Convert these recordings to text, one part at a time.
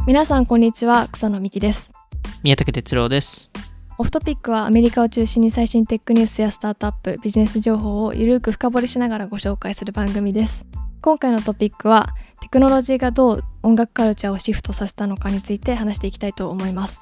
皆さんこんにちは、草野美希です。 宮武哲郎です。 オフトピックはアメリカを中心に最新テックニュースやスタートアップ、ビジネス情報をゆるく深掘りしながらご紹介する番組です。今回のトピックはテクノロジーがどう音楽カルチャーをシフトさせたのかについて話していきたいと思います。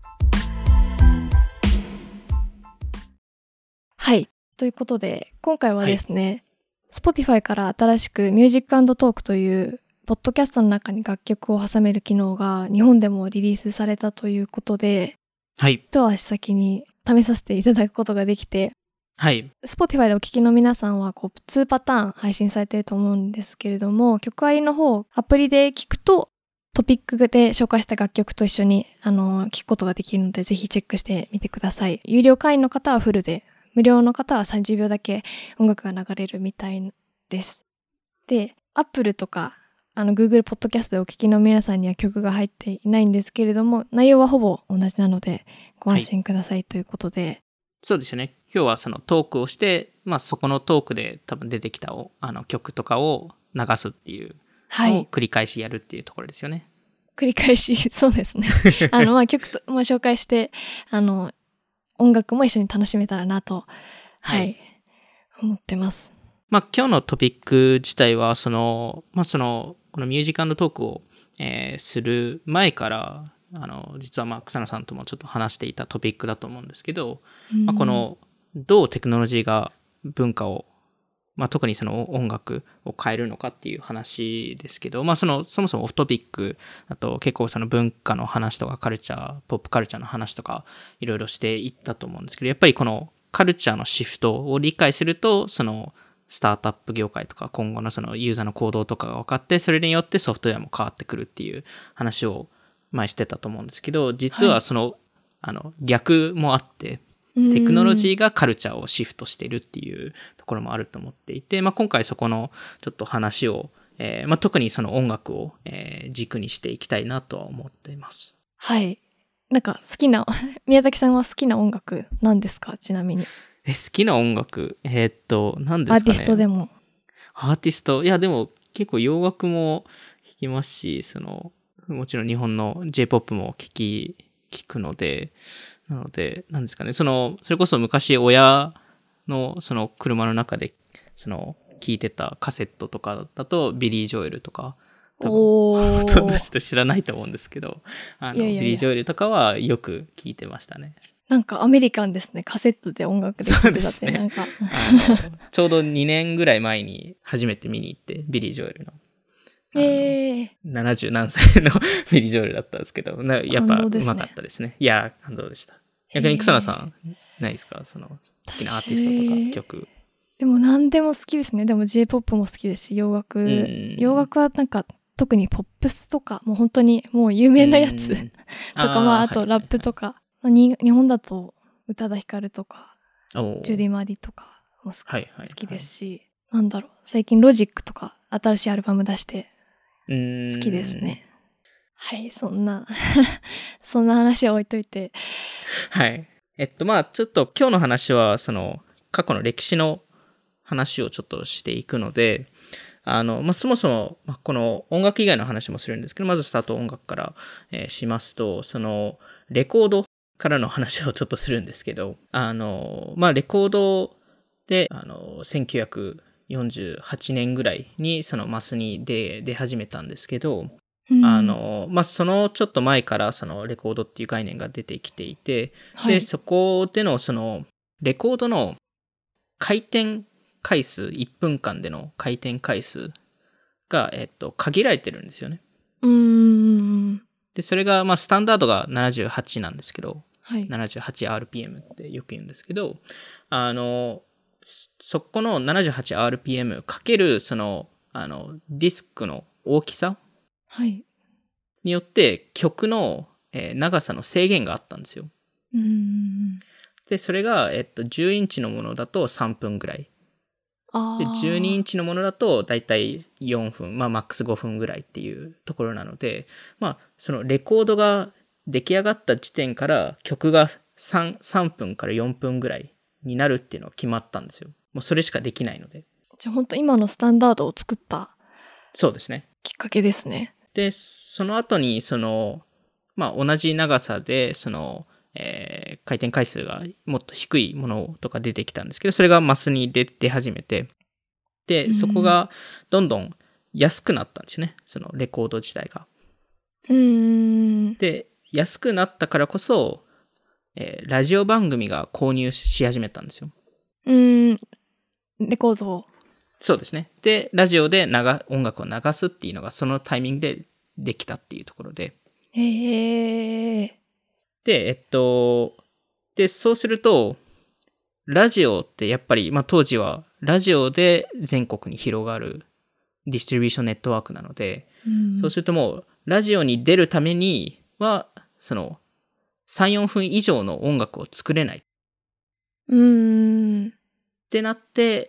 はい、ということで今回はですね、Spotify から新しくミュージック&トークというポッドキャストの中に楽曲を挟める機能が日本でもリリースされたということで、一足先に試させていただくことができて、Spotify でお聴きの皆さんは2パターン配信されていると思うんですけれども、曲ありの方、アプリで聴くとトピックで紹介した楽曲と一緒に聴くことができるので、ぜひチェックしてみてください。有料会員の方はフルで、無料の方は30秒だけ音楽が流れるみたいです。で、Apple とかGoogle ポッドキャストでお聞きの皆さんには曲が入っていないんですけれども、内容はほぼ同じなのでご安心くださいということで、 そうですよね。今日はそのトークをして、そこのトークで多分出てきた曲とかを流すっていうのを繰り返しやるっていうところですよね。 繰り返し、そうですね。曲と、紹介して、音楽も一緒に楽しめたらなと、思ってます。 今日のトピック自体は、このミュージック&トークを、する前から、実は草野さんともちょっと話していたトピックだと思うんですけど、この、どうテクノロジーが文化を、特にその音楽を変えるのかっていう話ですけど、そもそもオフトピックだと結構その文化の話とかカルチャー、ポップカルチャーの話とかいろいろしていったと思うんですけど、やっぱりこのカルチャーのシフトを理解すると、そのスタートアップ業界とか今後のそのユーザーの行動とかが分かって、それによってソフトウェアも変わってくるっていう話を前してたと思うんですけど、実は逆もあって、テクノロジーがカルチャーをシフトしてるっていうところもあると思っていて、今回そこのちょっと話を、特にその音楽を、軸にしていきたいなとは思っています。 はい。なんか宮崎さんは好きな音楽なんですか？ちなみに。 好きな音楽何ですかね。 アーティストでも。 アーティスト、いやでも結構洋楽も聴きますし、もちろん日本の J-POP も聞くので、なので、なんですかね、それこそ昔親の車の中で聴いてたカセットとかだとビリー・ジョエルとか、多分ほとんど人知らないと思うんですけど、ビリー・ジョエルとかはよく聞いてましたね。 なんかアメリカンですね。カセットで音楽で聴いてたってなんか。 そうですね。ちょうど2年ぐらい前に初めて見に行って、ビリー・ジョエルの。70何歳のビリー・ジョエルだったんですけど、やっぱうまかったですね。いや、感動でした。逆に草野さん、ないですか？好きなアーティストとか曲。 でも何でも好きですね。でも J-POP も好きですし、洋楽はなんか特にポップスとか、もう本当にもう有名なやつとか、あとラップとか、日本だと宇多田ヒカルとか、ジュディ・マリとかも好きですし、なんだろう、最近ロジックとか新しいアルバム出して好きですね。はい、そんな話は置いといて。 はい。ちょっと今日の話は、過去の歴史の話をちょっとしていくので、そもそも、この音楽以外の話もするんですけど、まずスタート音楽から、しますと、レコードからの話をちょっとするんですけど、レコードで、1948年ぐらいにマスに出始めたんですけど、そのちょっと前からレコードっていう概念が出てきていて、で、そこでのレコードの回転回数、1分間での回転回数が、限られてるんですよね。で、それが、スタンダードが78なんですけど、78rpm ってよく言うんですけど、そこの 78rpm かける、ディスクの大きさによって曲の、長さの制限があったんですよ。で、それが、10インチのものだと3分ぐらい。で、12インチのものだとだいたい4分、マックス5分ぐらいっていうところなので、レコードが出来上がった時点から曲が3分から4分ぐらいになるっていうのが決まったんですよ。もうそれしかできないので。 じゃあ本当今のスタンダードを作った。 そうですね。 きっかけですね。 で、その後に、まあ、同じ長さで、回転回数がもっと低いものとか出てきたんですけど、それがマスに出始めて、で、そこがどんどん安くなったんですよね。そのレコード自体が。で、安くなったからこそ、ラジオ番組が購入し始めたんですよ。 レコードを。 そうですね。で、ラジオで音楽を流すっていうのがそのタイミングでできたっていうところで。で、で、そうすると、ラジオってやっぱり、まあ当時はラジオで全国に広がるディストリビューションネットワークなので、そうするともう、ラジオに出るためには、3、4分以上の音楽を作れない。ってなって、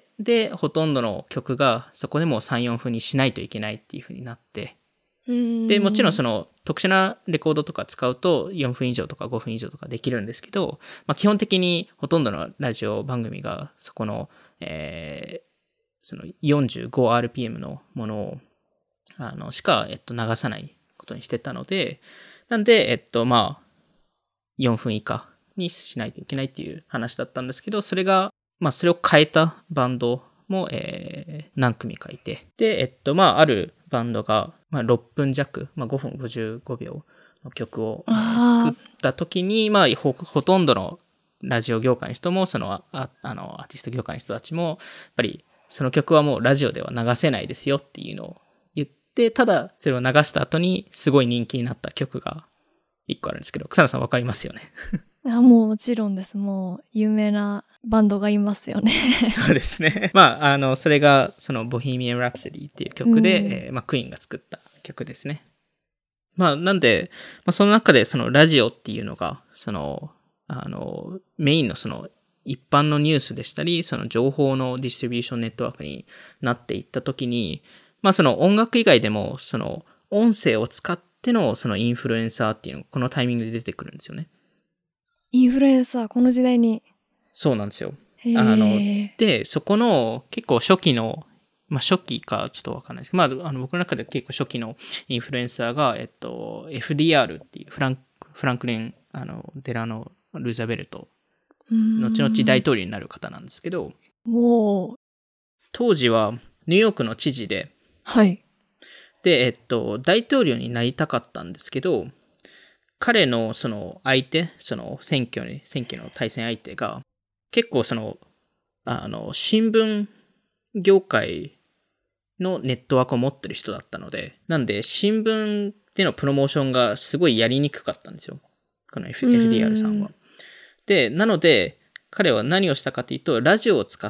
で、ほとんどの曲がそこでもう3、4分にしないといけないっていう風になって、で、もちろん特殊なレコードとか使うと4分以上とか5分以上とかできるんですけど、まあ基本的にほとんどのラジオ番組がそこの、45rpm のものを、しか、流さないことにしてたので、なんで、まあ、4分以下にしないといけないっていう話だったんですけど、それが、まあ、それを変えたバンドも、何組かいて、で、まあ、あるバンドが、まあ、6分弱、まあ、5分55秒の曲を、作った時に、まあ、ほとんどのラジオ業界の人も、アーティスト業界の人たちも、やっぱり、その曲はもうラジオでは流せないですよっていうのを言って、ただ、それを流した後に、すごい人気になった曲が、一個あるんですけど、草野さんわかりますよね。 もちろんです。もう、有名なバンドがいますよね。 そうですね。まあ、それが、ボヘミアン・ラプソディっていう曲で、まあ、クイーンが作った曲ですね。まあ、なんで、まあ、その中で、ラジオっていうのが、メインの一般のニュースでしたり、情報のディストリビューションネットワークになっていったときに、まあ、音楽以外でも、音声を使っての、インフルエンサーっていうのが、このタイミングで出てくるんですよね。 インフルエンサー、この時代に。 そうなんですよ。で、そこの結構初期の、まあ初期かちょっとわかんないですけど、まあ僕の中で結構初期のインフルエンサーが、FDR っていうフランクリン、デラノ・ルーザベルト、後々大統領になる方なんですけど、当時はニューヨークの知事で、 はい。 で、大統領になりたかったんですけど、彼の相手、選挙の対戦相手が、結構新聞業界のネットワークを持ってる人だったので、なんで新聞でのプロモーションがすごいやりにくかったんですよ。この FDR さんは。で、なので、彼は何をしたかというと、ラジオを使って、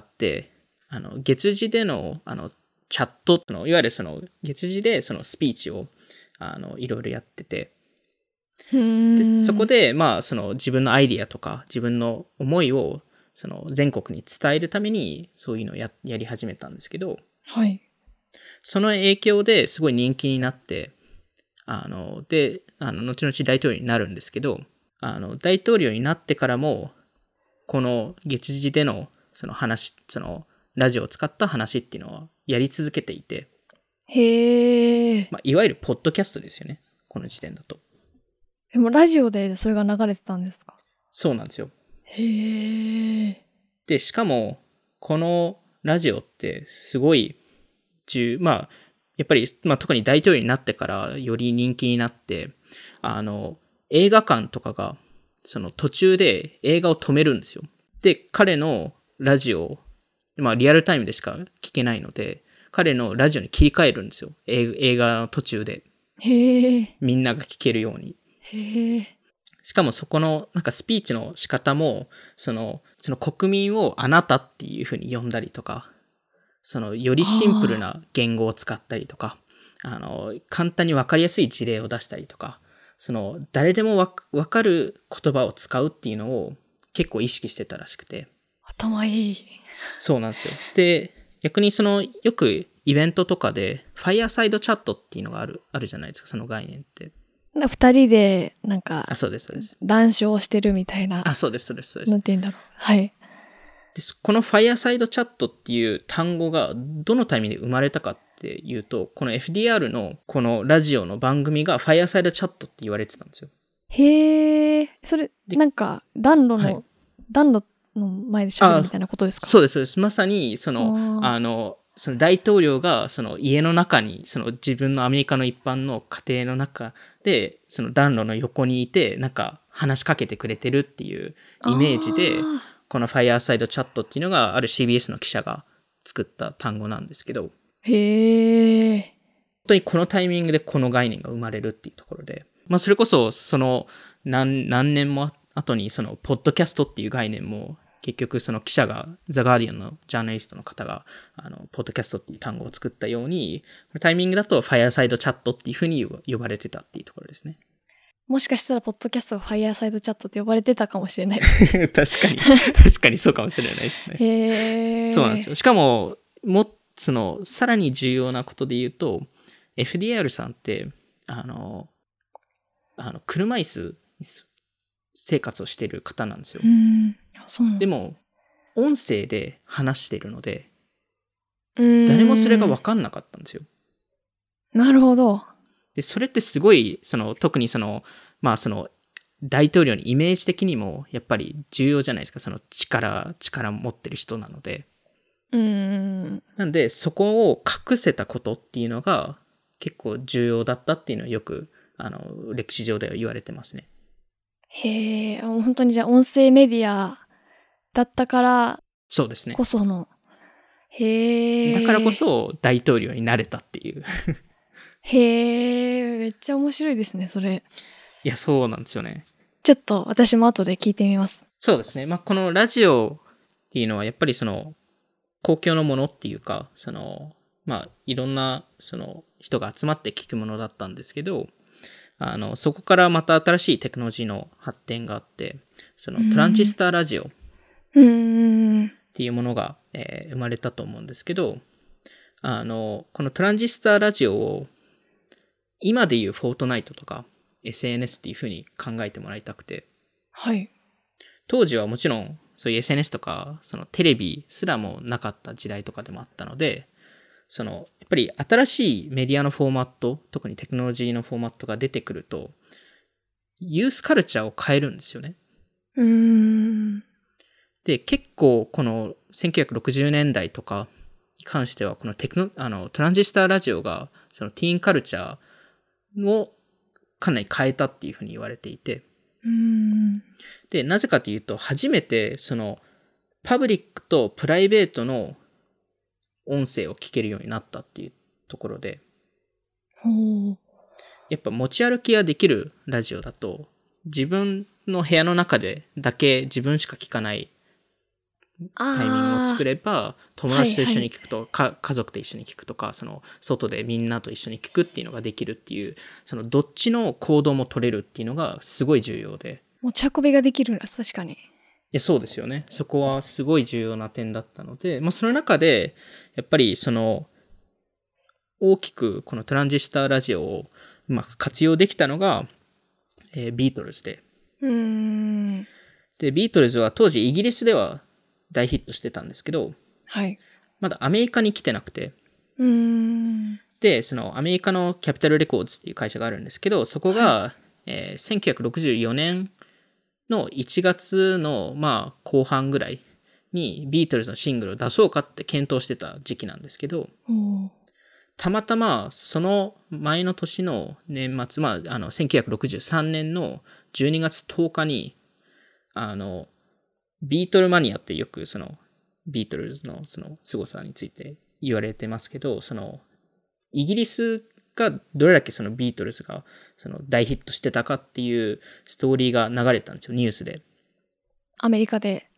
月次での、チャットの、いわゆる月次でスピーチを、いろいろやってて、でそこで、まあ、自分のアイディアとか、自分の思いを、全国に伝えるために、そういうのをやり始めたんですけど、 はい。 その影響ですごい人気になって、で、後々大統領になるんですけど、大統領になってからも、この月次での、話、ラジオを使った話っていうのはやり続けていて、まあ、いわゆるポッドキャストですよね。この時点だと。 でもラジオでそれが流れてたんですか？ そうなんですよ。で、しかも、このラジオってすごいまあ、やっぱり、まあ特に大統領になってからより人気になって、映画館とかが、途中で映画を止めるんですよ。で、彼のラジオ、まあリアルタイムでしか聞けないので、彼のラジオに切り替えるんですよ。映画の途中で。みんなが聞けるように。しかもそこのなんかスピーチの仕方も、その国民をあなたっていう風に呼んだりとか、よりシンプルな言語を使ったりとか、簡単にわかりやすい事例を出したりとか、誰でもわかる言葉を使うっていうのを結構意識してたらしくて。 頭いい。 そうなんですよ。で、逆によくイベントとかで、ファイアサイドチャットっていうのがあるじゃないですか、その概念って。 二人で、なんか、 そうです、そうです。 談笑してるみたいな。 そうです、そうです、そうです。 なんて言うんだろう。はい。 でこのファイアサイドチャットっていう単語がどのタイミングで生まれたかっていうと、この FDR のこのラジオの番組がファイアサイドチャットって言われてたんですよ。 へえ、それ、なんか暖炉の前で喋るみたいなことですか？ そうです、そうです。まさに、その大統領が、その家の中に、その自分のアメリカの一般の家庭の中で、その暖炉の横にいて、なんか話しかけてくれてるっていうイメージで、このファイアーサイドチャットっていうのがある CBS の記者が作った単語なんですけど、 へえ。 本当にこのタイミングでこの概念が生まれるっていうところで、まあそれこそその何年も後にそのポッドキャストっていう概念も結局その記者がザ・ガーディアンのジャーナリストの方がポッドキャストっていう単語を作ったように、タイミングだとファイアーサイドチャットっていうふうに呼ばれてたっていうところですね。 もしかしたらポッドキャストがファイアーサイドチャットって呼ばれてたかもしれないですね。 確かにそうかもしれないですね。 へー。 そうなんですよ。しかもさらに重要なことで言うと、FDR さんって車椅子生活をしている方なんですよ。 そうなんです。 でも音声で話しているので、誰もそれが分かんなかったんですよ。 なるほど。 で、それってすごい、特に大統領のイメージ的にも、やっぱり重要じゃないですか。その力持ってる人なので。なんで、そこを隠せたことっていうのが、結構重要だったっていうのはよく、歴史上では言われてますね。 へえ、本当にじゃあ音声メディアだったから、 そうですね。 こその。へえ。 だからこそ大統領になれたっていう。 へえ、めっちゃ面白いですね、それ。 いや、そうなんですよね。 ちょっと私も後で聞いてみます。 そうですね。まあ、このラジオっていうのはやっぱり公共のものっていうか、いろんな人が集まって聞くものだったんですけど、そこからまた新しいテクノロジーの発展があって、トランジスタラジオっていうものが、生まれたと思うんですけど、このトランジスタラジオを今でいうフォートナイトとか SNS っていう風に考えてもらいたくて、 はい。 当時はもちろんそういう SNS とかテレビすらもなかった時代とかでもあったので、やっぱり新しいメディアのフォーマット、特にテクノロジーのフォーマットが出てくると、ユースカルチャーを変えるんですよね。で、結構この1960年代とかに関しては、このトランジスタラジオがティーンカルチャーをかなり変えたっていうふうに言われていて、で、なぜかというと、初めてパブリックとプライベートの音声を聞けるようになったっていうところで、やっぱ持ち歩きができるラジオだと、自分の部屋の中でだけ自分しか聞かないタイミングを作れば、友達と一緒に聞くと、家族と一緒に聞くとか、外でみんなと一緒に聞くっていうのができるっていう、どっちの行動も取れるっていうのがすごい重要で。 持ち運びができるんです、確かに。いや、そうですよね。そこはすごい重要な点だったので、まあその中で、やっぱり大きくこのトランジスタラジオをうまく活用できたのが、ビートルズで。で、ビートルズは当時イギリスでは大ヒットしてたんですけど、 はい。 まだアメリカに来てなくて。で、アメリカのキャピタルレコーズっていう会社があるんですけど、そこが、1964年の1月の、後半ぐらいにビートルズのシングルを出そうかって検討してた時期なんですけど、たまたまその前の年の年末、1963年の12月10日に、ビートルマニアってよくビートルズの凄さについて言われてますけど、イギリスがどれだけビートルズが大ヒットしてたかっていうストーリーが流れたんですよ、ニュースで。 アメリカで。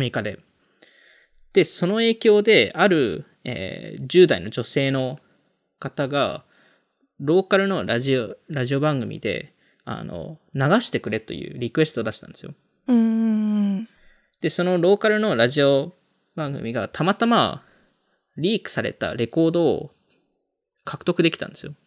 で、その影響で、ある、10代の女性の方が、ローカルのラジオ番組で、流してくれというリクエストを出したんですよ。で、そのローカルのラジオ番組がたまたまリークされたレコードを獲得できたんですよ。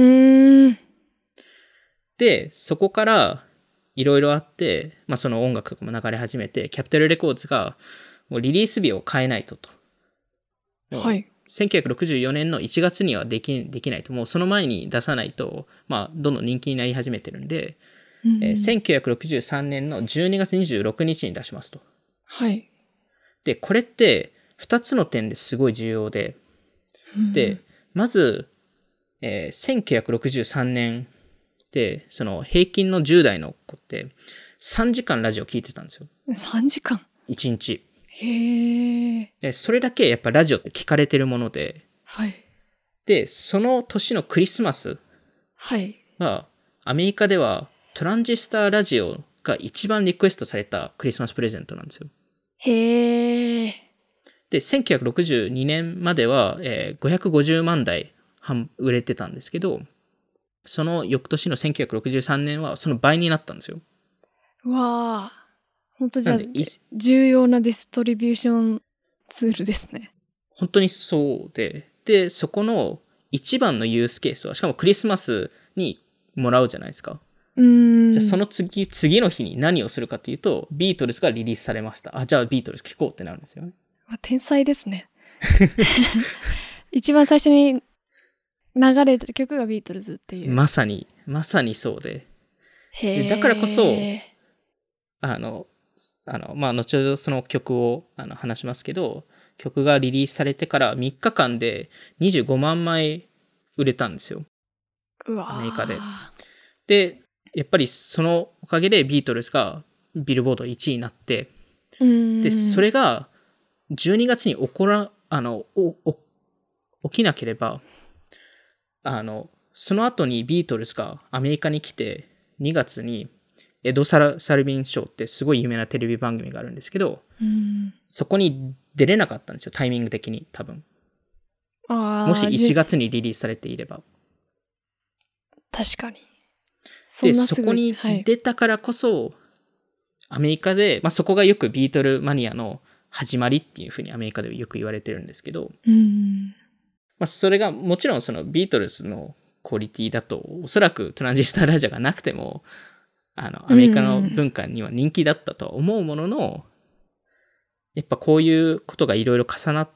で、そこからいろいろあって、その音楽とかも流れ始めて、キャピタルレコーズが、 もうリリース日を変えないと。 はい。 1964年の1月にはできないと。もうその前に出さないと、まあ、どんどん人気になり始めてるんで、1963年の12月26日に出しますと。 はい。 で、これって、2つの点ですごい重要で、で、まず、1963年で、その平均の10代の子って3時間ラジオ聞いてたんですよ。 3時間 1日。 へえ。 で、それだけやっぱラジオって聞かれてるもので、 はい。 で、その年のクリスマスはい。 は、アメリカではトランジスターラジオが一番リクエストされたクリスマスプレゼントなんですよ。 へえ。 で、1962年までは、550万台売れてたんですけど、その翌年の1963年はその倍になったんですよ。 うわあ。本当じゃあなんで重要なディストリビューションツールですね。 本当にそうで、そこの一番のユースケースは、しかもクリスマスにもらうじゃないですか。じゃあその次の日に何をするかというと、ビートルズがリリースされました。あ、じゃあビートルズ聴こうってなるんですよね。 天才ですね。一番最初に流れてる曲がビートルズっていう。 まさにそうで。 へえ。 だからこそ、まあ、後ほどその曲を話しますけど、曲がリリースされてから3日間で25万枚売れたんですよ。 うわアメリカで。で、やっぱりそのおかげでビートルズがビルボード1位になって、で、それが12月に起きなければ、その後にビートルズがアメリカに来て、2月にエド・サルビン賞ってすごい有名なテレビ番組があるんですけど、そこに出れなかったんですよ、タイミング的に多分。もし1月にリリースされていれば。 確かに。 で、そこに出たからこそ、アメリカで、まあ、そこがよくビートルマニアの始まりっていうふうにアメリカではよく言われてるんですけど、まあ、それがもちろんそのビートルズのクオリティだと、おそらくトランジスタラジオがなくても、アメリカの文化には人気だったとは思うものの、やっぱこういうことがいろいろ重なって、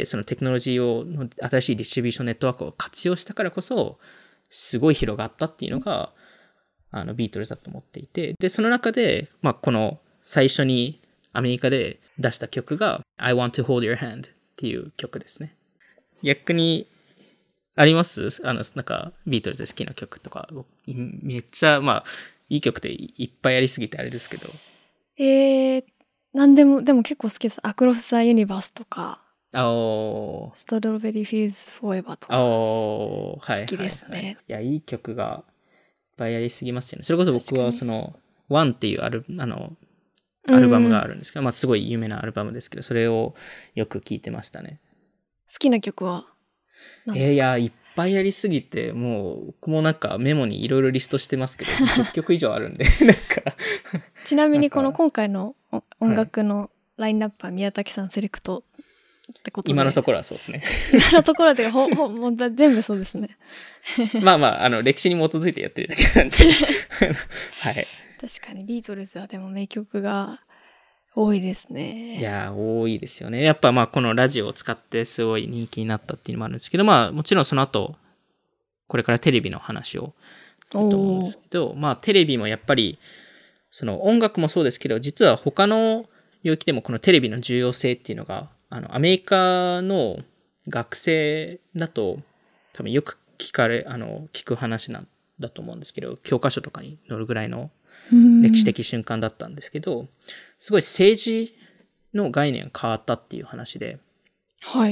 そのテクノロジーの新しいディストリビューションネットワークを活用したからこそ、すごい広がったっていうのが、ビートルズだと思っていて、で、その中で、まあ、この最初にアメリカで出した曲が I Want to Hold Your Hand っていう曲ですね。逆に、ありますなんか、ビートルズで好きな曲とか、めっちゃ、まあ、いい曲っていっぱいありすぎてあれですけど。 なんでも、でも結構好きです。アクロス・ザ・ユニバースとか、ストロベリー・フィルズ・フォーエバーとか、好きですね。 いや、いい曲がいっぱいありすぎますよね。それこそ僕はその、One っていうアルバムがあるんですけど、まあすごい有名なアルバムですけど、それをよく聴いてましたね。 好きな曲は何ですか？ いや、いっぱいありすぎて、もう、僕もなんかメモにいろいろリストしてますけど、10曲以上あるんで、なんか。 ちなみにこの今回の音楽のラインナップは宮崎さんセレクトってことで。 今のところはそうですね。 今のところでもう全部そうですね。 まあまあ、歴史に基づいてやってるだけなんで。はい。 確かにビートルズはでも名曲が多いですね。 いや、多いですよね。やっぱまあこのラジオを使ってすごい人気になったっていうのもあるんですけど、まあもちろんその後、これからテレビの話をすると思うんですけど、まあテレビもやっぱり、その音楽もそうですけど、実は他の領域でもこのテレビの重要性っていうのが、アメリカの学生だと多分よく聞く話なんだと思うんですけど、教科書とかに載るぐらいの歴史的瞬間だったんですけど、すごい政治の概念が変わったっていう話で、 はい。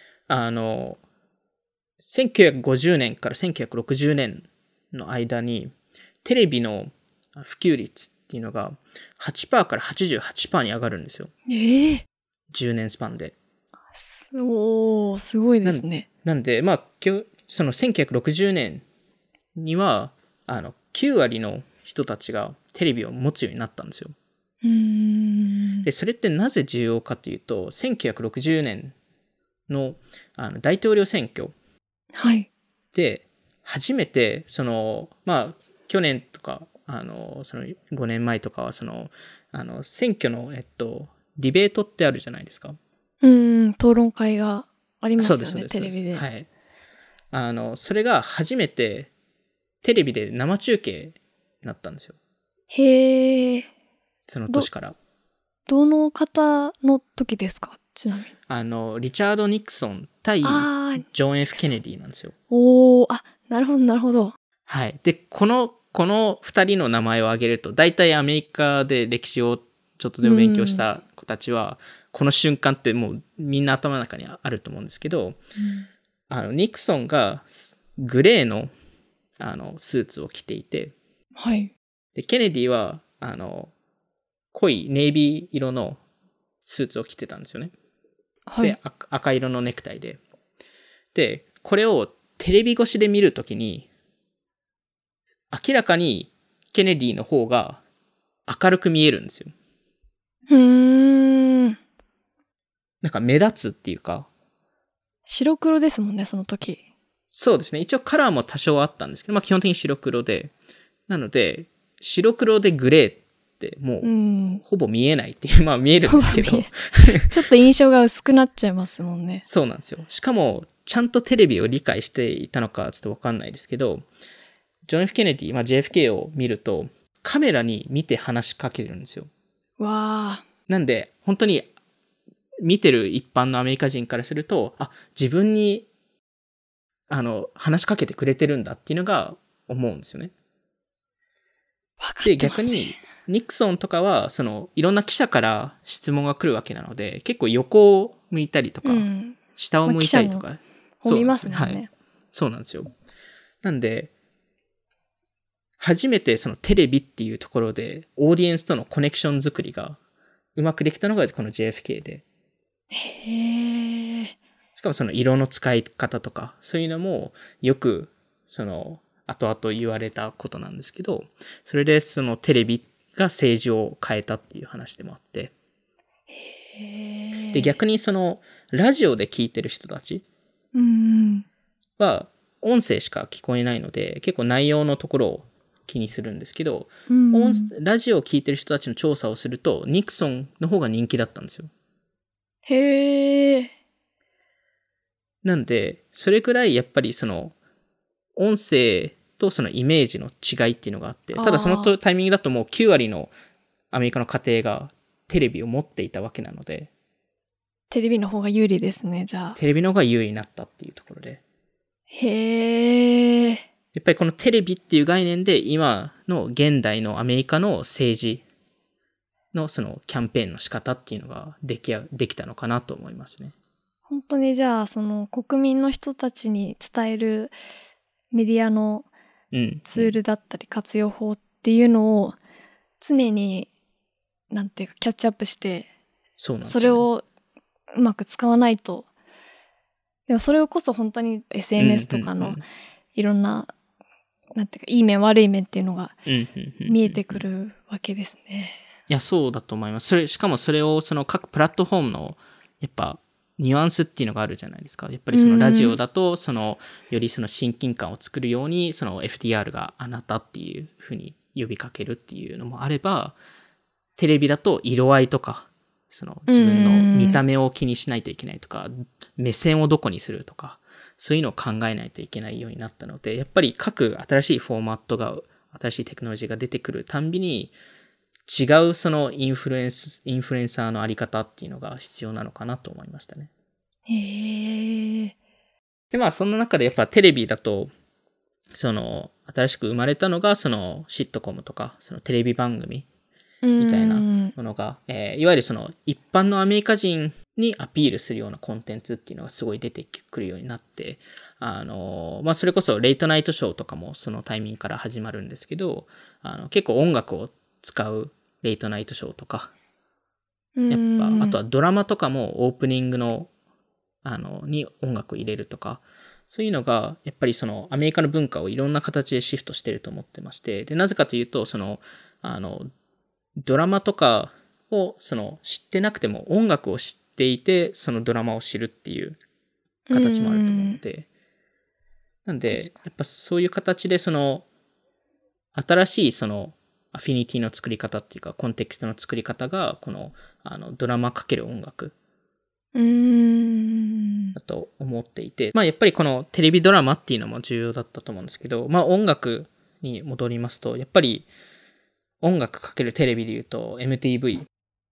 1950年から1960年の間に、テレビの普及率っていうのが 8% から 88% に上がるんですよ。10年スパンで。 すごいですね。 なんで、まあ、その1960年には、9割の人たちがテレビを持つようになったんですよ。で、それってなぜ重要かというと、1960年の大統領選挙で、初めて、まあ、去年とか、その5年前とかは、選挙の、 ディベートってあるじゃないですか。 討論会がありますよね、 そうですテレビで。 はい。それが初めてテレビで生中継になったんですよ。 へえ。 その年から。 どの方の時ですか、ちなみに。 リチャード・ニクソン対ジョン・ F ・ケネディなんですよ。 なるほど、なるほど。 はい。で、この二人の名前を挙げると、大体アメリカで歴史をちょっとでも勉強した子たちは、この瞬間ってもうみんな頭の中にあると思うんですけど、ニクソンがグレーの、スーツを着ていて、 はい。 で、ケネディは、濃いネイビー色のスーツを着てたんですよね。 はい。 で、赤色のネクタイで。で、これをテレビ越しで見るときに、明らかにケネディの方が明るく見えるんですよ。なんか目立つっていうか。 白黒ですもんね、その時。 そうですね。一応カラーも多少あったんですけど、まあ基本的に白黒で。なので、白黒でグレーってもう、ほぼ見えないっていう、まあ見えるんですけど。 ちょっと印象が薄くなっちゃいますもんね。 そうなんですよ。しかも、ちゃんとテレビを理解していたのかちょっとわかんないですけど、ジョン・ F ・ケネディ、まあ JFK を見ると、カメラに見て話しかけるんですよ。 わー。 なんで、本当に、見てる一般のアメリカ人からすると、自分に、話しかけてくれてるんだっていうのが思うんですよね。 わかってますね。 で、逆に、ニクソンとかは、いろんな記者から質問が来るわけなので、結構横を向いたりとか、下を向いたりとか。 そう見ますもんね。 はい。そうなんですよ。なんで、初めてそのテレビっていうところで、オーディエンスとのコネクション作りがうまくできたのがこの JFK で。 へー。 しかもその色の使い方とか、そういうのもよく、後々言われたことなんですけど、それでそのテレビが政治を変えたっていう話でもあって。で、逆にラジオで聞いてる人たちは、音声しか聞こえないので、結構内容のところを気にするんですけど、ラジオを聞いてる人たちの調査をすると、ニクソンの方が人気だったんですよ。 へー。 なんで、それくらいやっぱり音声とそのイメージの違いっていうのがあって、ただそのタイミングだともう9割のアメリカの家庭がテレビを持っていたわけなので。 テレビの方が有利ですね、じゃあ。 テレビの方が優位になったっていうところで。 へー。 やっぱりこのテレビっていう概念で今の現代のアメリカの政治のそのキャンペーンの仕方っていうのができたのかなと思いますね。 本当にじゃあ国民の人たちに伝えるメディアのツールだったり活用法っていうのを常になんていうかキャッチアップして、 そうなんですよね。 それをうまく使わないと。でもそれこそ本当に SNS とかのいろんななんていうかいい面悪い面っていうのが見えてくるわけですね。 いや、そうだと思います。しかもそれを各プラットフォームのやっぱニュアンスっていうのがあるじゃないですか。やっぱりラジオだとより親近感を作るようにFDR があなたっていうふうに呼びかけるっていうのもあれば、テレビだと色合いとか自分の見た目を気にしないといけないとか、目線をどこにするとか、そういうのを考えないといけないようになったので、やっぱり各新しいフォーマットが、新しいテクノロジーが出てくるたんびに、違うインフルエンサーのあり方っていうのが必要なのかなと思いましたね。 へー。 で、まあそんな中でやっぱテレビだと、新しく生まれたのがシットコムとか、テレビ番組みたいなものが、いわゆる一般のアメリカ人にアピールするようなコンテンツっていうのがすごい出てくるようになって、まあそれこそレイトナイトショーとかもそのタイミングから始まるんですけど、結構音楽を使うレイトナイトショーとか、やっぱ、あとはドラマとかもオープニングの、に音楽を入れるとか、そういうのが、やっぱりアメリカの文化をいろんな形でシフトしてると思ってまして、で、なぜかというと、ドラマとかを、知ってなくても音楽を知っていて、そのドラマを知るっていう形もあると思うので、なんで、やっぱそういう形で新しいアフィニティの作り方っていうか、コンテクストの作り方が、この、ドラマかける音楽。だと思っていて、まあやっぱりこのテレビドラマっていうのも重要だったと思うんですけど、まあ音楽に戻りますと、やっぱり音楽かけるテレビで言うと MTV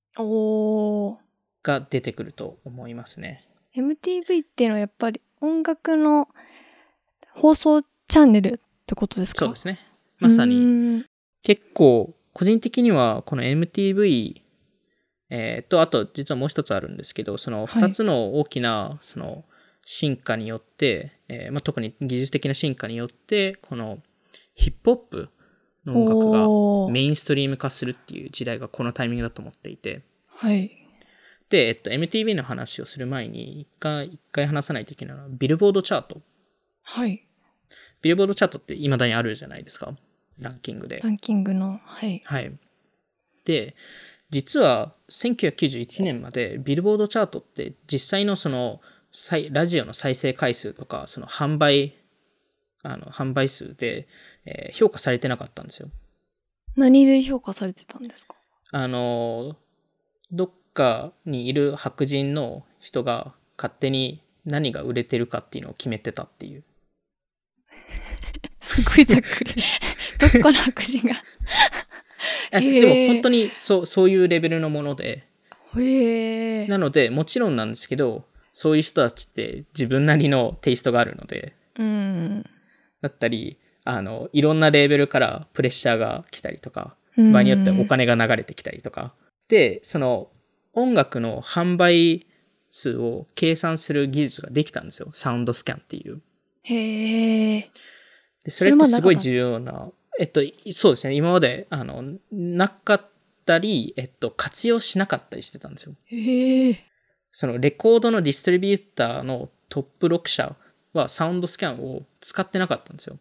が出てくると思いますね。 MTV っていうのはやっぱり音楽の放送チャンネルってことですか？ そうですね。まさに結構個人的にはこの MTVあと実はもう一つあるんですけど、その二つの大きなその進化によって、まあ、特に技術的な進化によって、このヒップホップの音楽がメインストリーム化するっていう時代がこのタイミングだと思っていて。 はい。 で、MTV の話をする前に一回話さないといけないのは、ビルボードチャート。 はい。 ビルボードチャートって未だにあるじゃないですか。ランキングで。 ランキングの、はい。 はい。で、実は1991年までビルボードチャートって実際のそのラジオの再生回数とかその販売数で、評価されてなかったんですよ。 何で評価されてたんですか？ どっかにいる白人の人が勝手に何が売れてるかっていうのを決めてたっていう。 すごいざっくり。どっかの白人がでも本当にそういうレベルのもので。なので、もちろんなんですけど、そういう人たちって自分なりのテイストがあるので。だったり、いろんなレーベルからプレッシャーが来たりとか、場合によってはお金が流れてきたりとか。で、その音楽の販売数を計算する技術ができたんですよ。サウンドスキャンっていう。でそれってすごい重要な、そうですね。今まで、なかったり、活用しなかったりしてたんですよ。そのレコードのディストリビューターのトップ6社はサウンドスキャンを使ってなかったんですよ。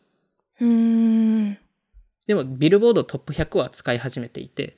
でも、ビルボードトップ100は使い始めていて。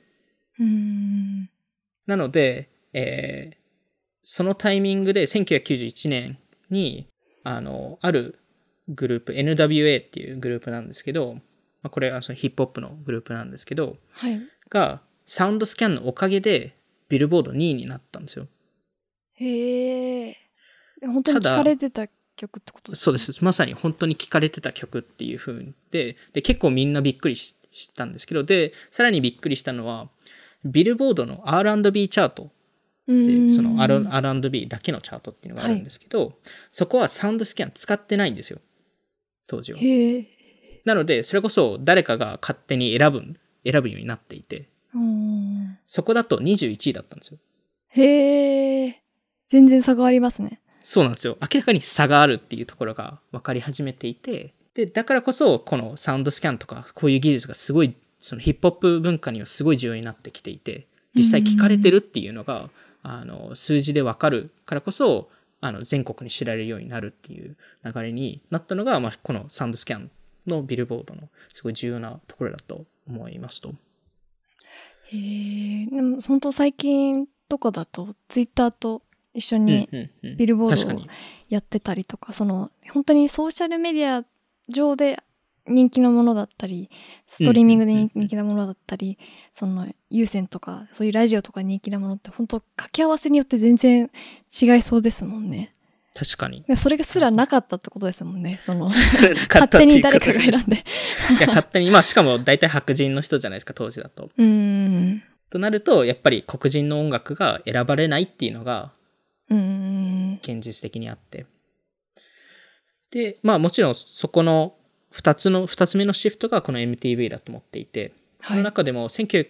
なので、そのタイミングで1991年に、あるグループ、NWA っていうグループなんですけど、まあ、これはそのヒップホップのグループなんですけど、 はい、 が、サウンドスキャンのおかげで、ビルボード2位になったんですよ。 へえ。本当に聞かれてた曲ってことですか？ そうです。まさに本当に聞かれてた曲っていう風で、結構みんなびっくりしたんですけど、で、さらにびっくりしたのは、ビルボードの R&B チャートで、その R&B だけのチャートっていうのがあるんですけど、はい、そこはサウンドスキャン使ってないんですよ。当時は。なので、それこそ誰かが勝手に選ぶようになっていて、そこだと21位だったんですよ。 へえ。全然差がありますね。 そうなんですよ。明らかに差があるっていうところが分かり始めていて、で、だからこそ、このサウンドスキャンとか、こういう技術がすごい、そのヒップホップ文化にはすごい重要になってきていて、実際聞かれてるっていうのが、数字で分かるからこそ、全国に知られるようになるっていう流れになったのが、まあ、このサウンドスキャンのビルボードのすごい重要なところだと思いますと。 へえ。でも本当最近とかだとツイッターと一緒にビルボードをやってたりとか、その本当にソーシャルメディア上で人気のものだったり、ストリーミングで人気なものだったり、その有線とかそういうラジオとか人気なものって本当掛け合わせによって全然違いそうですもんね。 確かに。 それがすらなかったってことですもんね。その勝手に誰かが選んで。 いや、勝手に、まあしかも大体白人の人じゃないですか、当時だと。となると、やっぱり黒人の音楽が選ばれないっていうのが、現実的にあって。で、まあもちろんそこの二つ目のシフトがこの MTV だと思っていて、はい、この中でも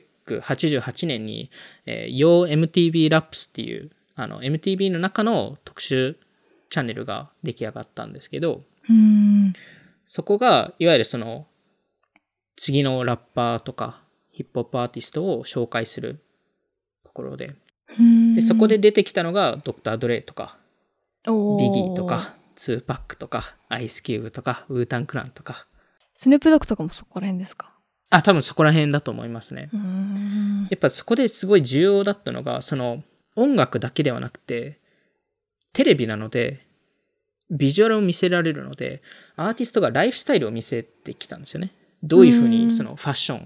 1988年に、Yo MTV Raps っていう、MTV の中の特集チャンネルが出来上がったんですけど、そこが、いわゆるその、次のラッパーとか、ヒップホップアーティストを紹介するところで、そこで出てきたのが、ドクター・ドレイとか、ビギーとか、ツーパックとか、アイスキューブとか、ウータンクランとか。 スヌープドッグとかもそこら辺ですか？ 多分そこら辺だと思いますね。やっぱそこですごい重要だったのが、その、音楽だけではなくて、テレビなので、ビジュアルを見せられるので、アーティストがライフスタイルを見せてきたんですよね。どういうふうにそのファッショ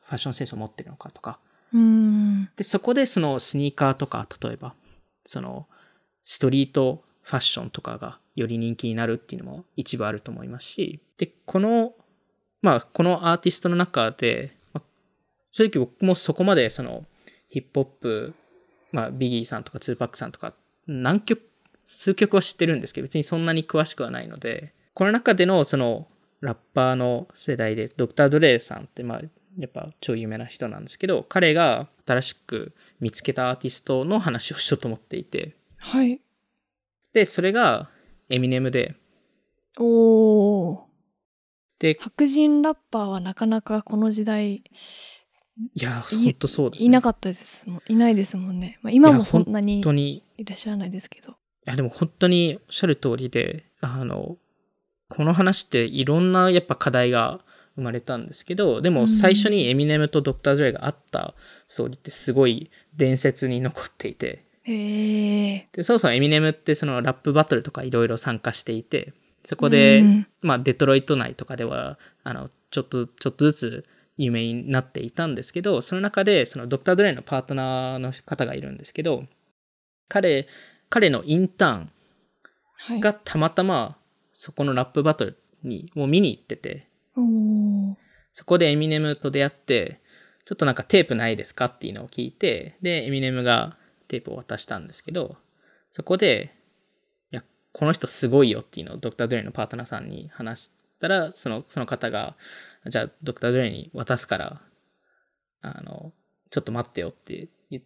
ファッションセンスを持ってるのかとか。 うんで、そこでそのスニーカーとか、例えば、そのストリートファッションとかがより人気になるっていうのも一部あると思いますし、で、このアーティストの中で、正直僕もそこまでそのヒップホップ、ビギーさんとかツーパックさんとか数曲は知ってるんですけど、別にそんなに詳しくはないので、この中でのそのラッパーの世代で、ドクター・ドレイさんってやっぱ超有名な人なんですけど、彼が新しく見つけたアーティストの話をしようと思っていて、 はい。 で、それがエミネムで、 おー。 で、 白人ラッパーはなかなかこの時代いや、ほんとそうですね。 いなかったですもん。いないですもんね。今もそんなに本当にいらっしゃらないですけど。 いや、でも本当におっしゃる通りで、この話っていろんなやっぱ課題が生まれたんですけど、でも最初にエミネムとドクター・ドレイが会ったストーリーってすごい伝説に残っていて、で、そもそもエミネムってそのラップバトルとかいろいろ参加していて、そこで、デトロイト内とかでは、ちょっとずつ有名になっていたんですけど、その中でそのドクター・ドレイのパートナーの方がいるんですけど、彼のインターンがたまたまそこのラップバトルにもう見に行ってて、そこでエミネムと出会って、ちょっとなんかテープないですかっていうのを聞いて、で、エミネムがテープを渡したんですけど、そこで、いや、この人すごいよっていうのをドクター・ドレイのパートナーさんに話したら、その方が、じゃあドクター・ドレイに渡すから、ちょっと待ってよって言って、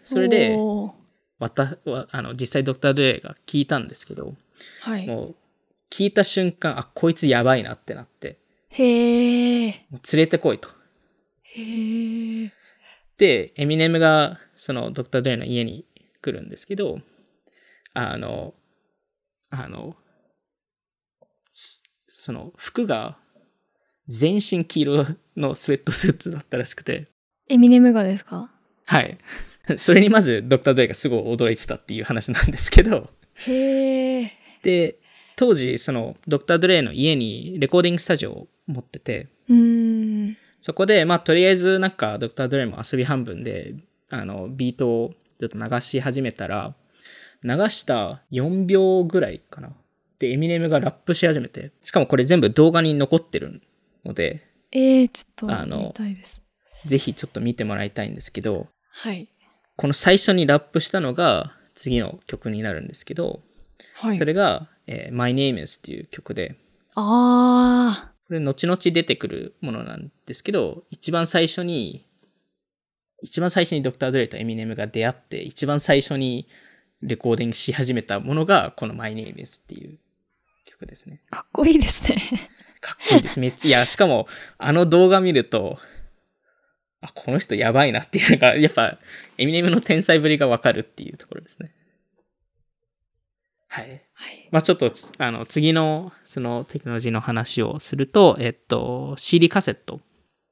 それで、実際ドクター・ドレイが聞いたんですけど、 はい、 もう聞いた瞬間、こいつやばいなってなって、 へー。 もう連れてこいと。 へー。 で、エミネムがそのドクター・ドレイの家に来るんですけど、その服が全身黄色のスウェットスーツだったらしくて。 エミネムがですか？ はい。それにまずドクター・ドレイがすごい驚いてたっていう話なんですけど。 へー。 で、当時そのドクター・ドレイの家にレコーディングスタジオを持ってて、そこでとりあえずなんかドクター・ドレイも遊び半分でビートをちょっと流し始めたら、流した4秒ぐらいかな。で、エミネムがラップし始めて、しかもこれ全部動画に残ってるので、 ちょっと見たいです。 ぜひちょっと見てもらいたいんですけど、 はい。 この最初にラップしたのが次の曲になるんですけど、 はい、 それが、My Name Is っていう曲で、 これ後々出てくるものなんですけど、一番最初にドクター・ドレイとエミネムが出会って、一番最初にレコーディングし始めたものがこの My Name Is っていう曲ですね。 かっこいいですね。 かっこいいです。いや、しかも動画見ると、この人やばいなっていうのが、やっぱエミネムの天才ぶりがわかるっていうところですね。はい。ちょっと次のそのテクノロジーの話をすると、CD カセット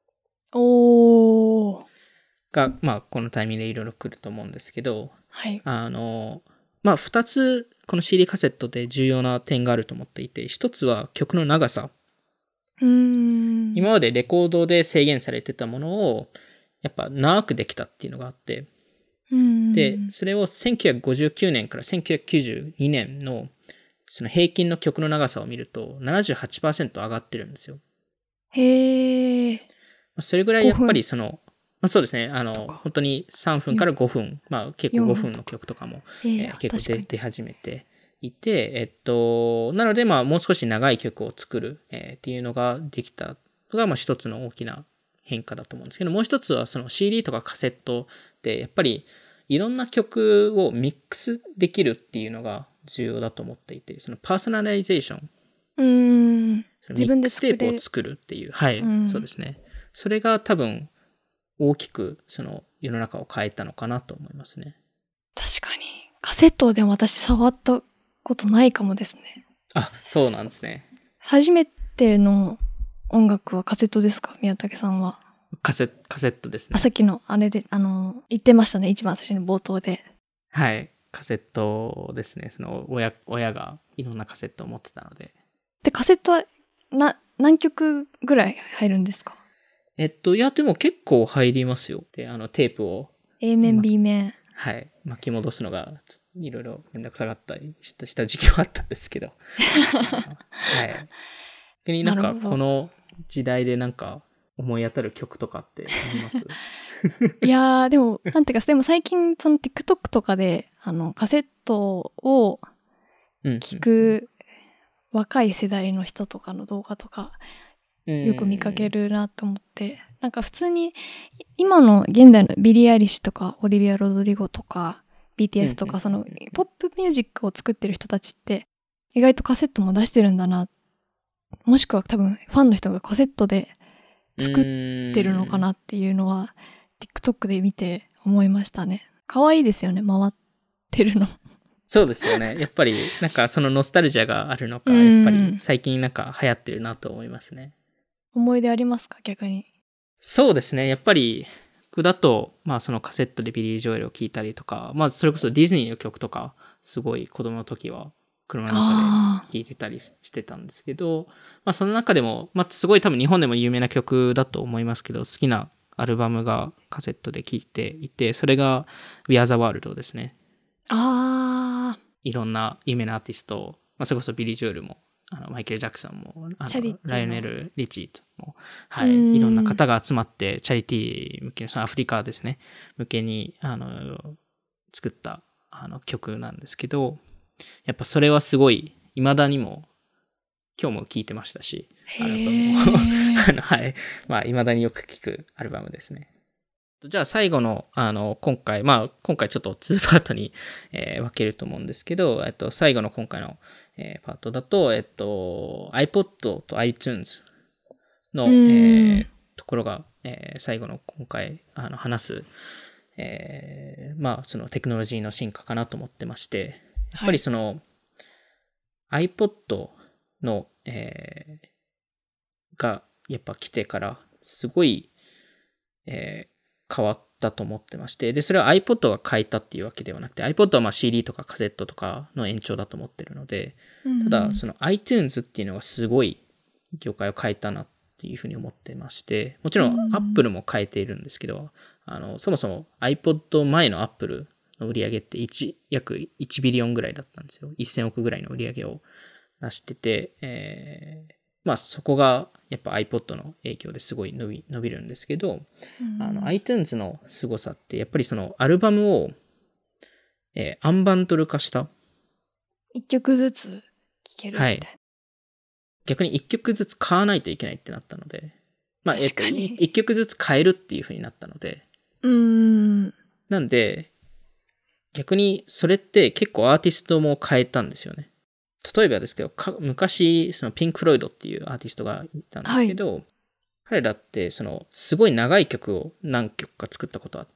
がこのタイミングでいろいろ来ると思うんですけど、 はい。 2つこの CD カセットで重要な点があると思っていて、一つは曲の長さ。今までレコードで制限されてたものをやっぱ長くできたっていうのがあって、で、それを1959年から1992年のその平均の曲の長さを見ると 78% 上がってるんですよ。 へー。 それぐらいやっぱりそうですね、本当に3分から5分、結構5分の曲とかも、結構出始めていて、なのでもう少し長い曲を作る、っていうのができたのが一つの大きな変化だと思うんですけど、もう一つはその CD とかカセットでやっぱりいろんな曲をミックスできるっていうのが重要だと思っていて、そのパーソナライゼーション。 自分でミックステープを作るっていう。はい、そうですね。それが多分大きくその世の中を変えたのかなと思いますね。 確かに。カセットでも私触ったことないかもですね。 そうなんですね。 初めての音楽はカセットですか、宮武さんは？ カセットですね。 さっきのあれで、言ってましたね、一番最初の冒頭で。 はい。カセットですね。その親がいろんなカセットを持ってたので。 で、カセットは何曲ぐらい入るんですか？ いや、でも結構入りますよ。で、テープを。 A 面、B 面。 はい。巻き戻すのが、いろいろめんどくさかったりした時期はあったんですけど。はい。逆になんか、この時代でなんか、思い当たる曲とかってあります？ いやー、でも、なんていうか、でも最近、その TikTok とかで、カセットを聞く若い世代の人とかの動画とか、よく見かけるなと思って、なんか普通に、今の現代のビリー・アイリッシュとか、オリビア・ロドリゴとか、BTS とか、その、ポップミュージックを作ってる人たちって、意外とカセットも出してるんだな。もしくは多分、ファンの人がカセットで作ってるのかなっていうのは、TikTok で見て思いましたね。可愛いですよね、回ってるの。 そうですよね。やっぱり、なんかそのノスタルジャがあるのか、やっぱり最近なんか流行ってるなと思いますね。 思い出ありますか、逆に？ そうですね。やっぱり、僕だと、まあそのカセットでビリー・ジョエルを聴いたりとか、まあそれこそディズニーの曲とか、すごい子供の時は車の中で聴いてたりしてたんですけど、まあその中でも、まあすごい多分日本でも有名な曲だと思いますけど、好きなアルバムがカセットで聴いていて、それが We Are the World ですね。いろんな有名なアーティスト、まあそれこそビリー・ジョエルも、マイケル・ジャクソンも、ライオネル・リチーも、はい、いろんな方が集まって、チャリティー向けの、アフリカですね、向けに、作った、曲なんですけど、やっぱそれはすごい、未だにも、今日も聴いてましたし、アルバムも、はい、まあ、未だによく聴くアルバムですね。じゃあ最後の、今回ちょっと2パートに、分けると思うんですけど、最後の今回の、パートだと、iPod と iTunes の、ところが、最後の今回、話す、まあ、そのテクノロジーの進化かなと思ってまして、やっぱりその、iPod の、が、やっぱ来てから、すごい、変わったと思ってまして、で、それは iPod が変えたっていうわけではなくて、iPod はまあ CD とかカセットとかの延長だと思ってるので、ただ、その iTunes っていうのがすごい業界を変えたなっていうふうに思ってまして、もちろん Apple も変えているんですけど、そもそも iPod 前の Apple の売り上げって約1ビリオンぐらいだったんですよ。1000億ぐらいの売り上げを出してて、まあそこがやっぱ iPod の影響ですごい伸びるんですけど、iTunes の凄さってやっぱりそのアルバムを、アンバンドル化した。 一曲ずつ聴けるみたいな。はい。 逆に一曲ずつ買わないといけないってなったので、まあ一曲ずつ買えるっていう風になったので、なんで、逆にそれって結構アーティストも変えたんですよね。例えばですけど、昔、そのピンク・フロイドっていうアーティストがいたんですけど、はい、彼らって、すごい長い曲を何曲か作ったことあって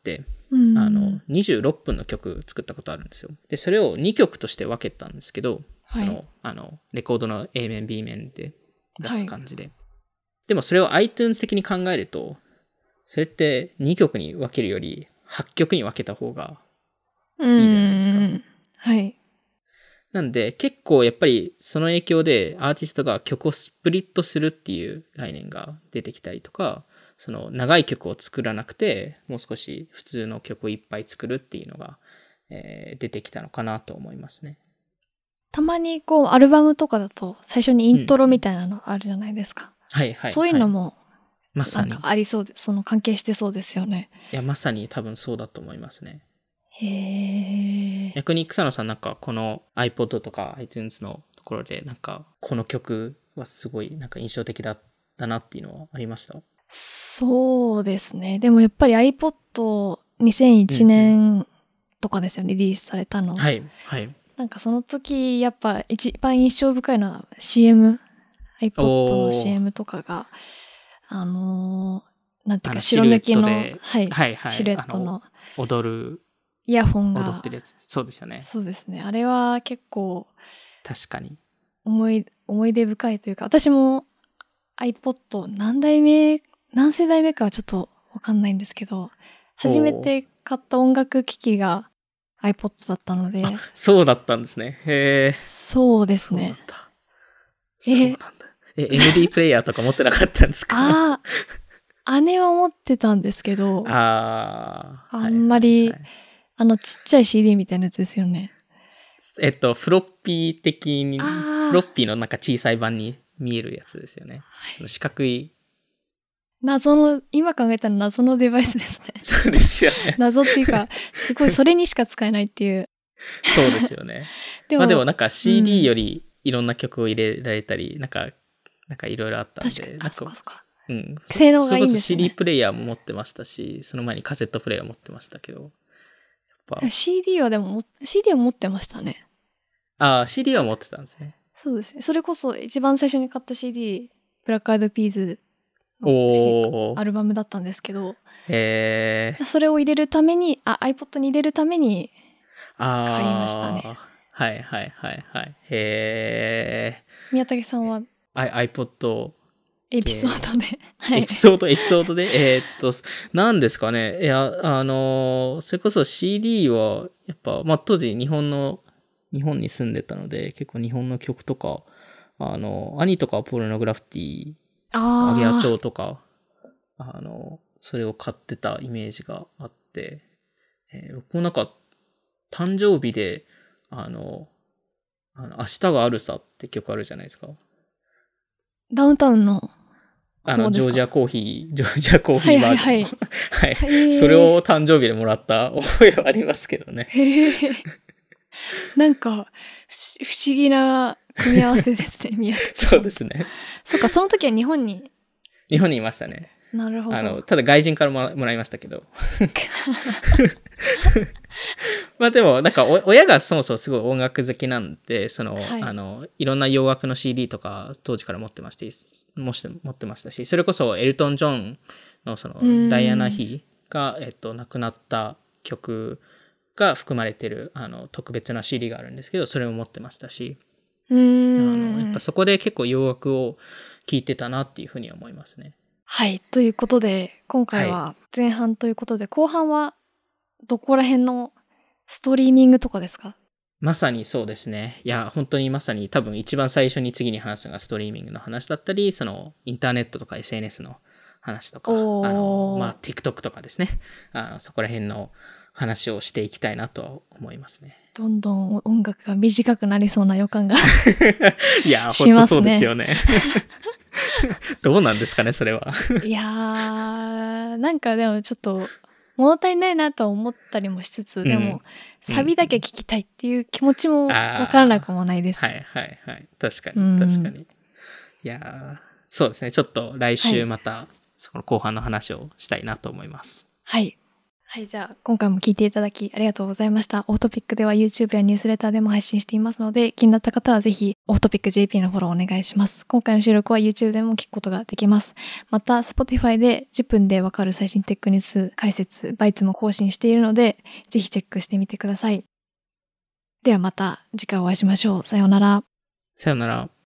、26分の曲作ったことあるんですよ。で、それを2曲として分けたんですけど、はい、レコードの A 面、B 面で出す感じで。はい、でもそれを iTunes 的に考えると、それって2曲に分けるより8曲に分けた方がいいじゃないですか。 はい。 なんで結構やっぱりその影響でアーティストが曲をスプリットするっていう概念が出てきたりとか、その長い曲を作らなくてもう少し普通の曲をいっぱい作るっていうのが、出てきたのかなと思いますね。 たまにこうアルバムとかだと最初にイントロみたいなのあるじゃないですか。 はいはい。 そういうのもまさになんかありそうで、その関係してそうですよね。 いやまさに多分そうだと思いますね。 へー。 逆に草野さんなんかこの iPod とか iTunes のところでなんかこの曲はすごいなんか印象的だったなっていうのはありました？ そうですね。でもやっぱり iPod2001 年とかですよね、リリースされたの。 はいはいなんかその時やっぱ一番印象深いのは iPod の CM とかがなんていうか白抜きのシルエットの踊るイヤホンが踊ってるやつ。そうですよね。 そうですね。あれは結構確かに思い出深いというか、私も iPod 何世代目かはちょっとわかんないんですけど、初めて買った音楽機器が iPod だったので。 そうだったんですね。へー。 そうですね。 そうなんだ。MD プレイヤーとか持ってなかったんですか？ 姉は持ってたんですけど、 ああんまり、 はいはいはい、 ちっちゃい CD みたいなやつですよね。 フロッピー的に、フロッあピーのなんか小さい版に見えるやつですよね。その四角い。 今考えたら謎のデバイスですね。 そうですよね。 謎っていうか、すごいそれにしか使えないっていう。 そうですよね。でもなんか CD よりいろんな曲を入れられたり、なんかいろいろあったんで。 確かに、 なんかそっか。 うん。 性能がいいんですね。 それこそ CD プレイヤーも持ってましたし、その前にカセットプレイヤー持ってましたけど。やっぱ CD は持ってましたね。 CD は持ってたんですね。 そうですね。それこそ一番最初に買った CD、ブラックアイドピーズのアルバムだったんですけど、それを入れるために、iPod に入れるために買いましたね。 はいはいはいはい。 宮武さんは iPod エピソードで。 はい、エピソードで、何ですかね。いや、それこそ CD は、やっぱ、まあ、当時日本に住んでたので、結構日本の曲とか、兄とかポルノグラフィティ、アゲアチョウとか、それを買ってたイメージがあって、僕もなんか、誕生日で、明日があるさって曲あるじゃないですか。 ダウンタウンのジョージアコーヒーバージョンの。はい。それを誕生日でもらった覚えはありますけどね。 なんか、不思議な組み合わせですね、宮崎さん。 そうですね。 そっか、その時は日本にいましたね。 なるほど。 ただ外人からもらいましたけど。まあでも、なんか親がそもそもすごい音楽好きなんで、はい、いろんな洋楽の CD とか当時から持ってましたし、それこそエルトン・ジョンのダイアナ妃が、亡くなった曲が含まれてる、特別な CD があるんですけど、それを持ってましたし、やっぱそこで結構洋楽を聴いてたなっていうふうに思いますね。 はい。ということで、今回は前半ということで、後半はどこら辺のストリーミングとかですか？ まさにそうですね。いや、本当にまさに多分一番最初に次に話すのがストリーミングの話だったり、インターネットとか SNS の話とか、TikTok とかですね。そこら辺の話をしていきたいなとは思いますね。 どんどん音楽が短くなりそうな予感がいや、本当そうですよね。どうなんですかね、それは。 いやー、なんかでもちょっと物足りないなと思ったりもしつつ、でもサビだけ聞きたいっていう気持ちもわからなくもないです。 はいはいはい。確かに確かに。いやそうですね。ちょっと来週またその後半の話をしたいなと思います。 はい。はい、じゃあ今回も聞いていただきありがとうございました。オートピックでは YouTube やニュースレターでも配信していますので、気になった方はぜひオートピック JP のフォローお願いします。今回の収録は YouTube でも聞くことができます。また Spotify で10分でわかる最新テックニュース解説、バイツも更新しているので、ぜひチェックしてみてください。ではまた次回お会いしましょう。さようなら。 さようなら。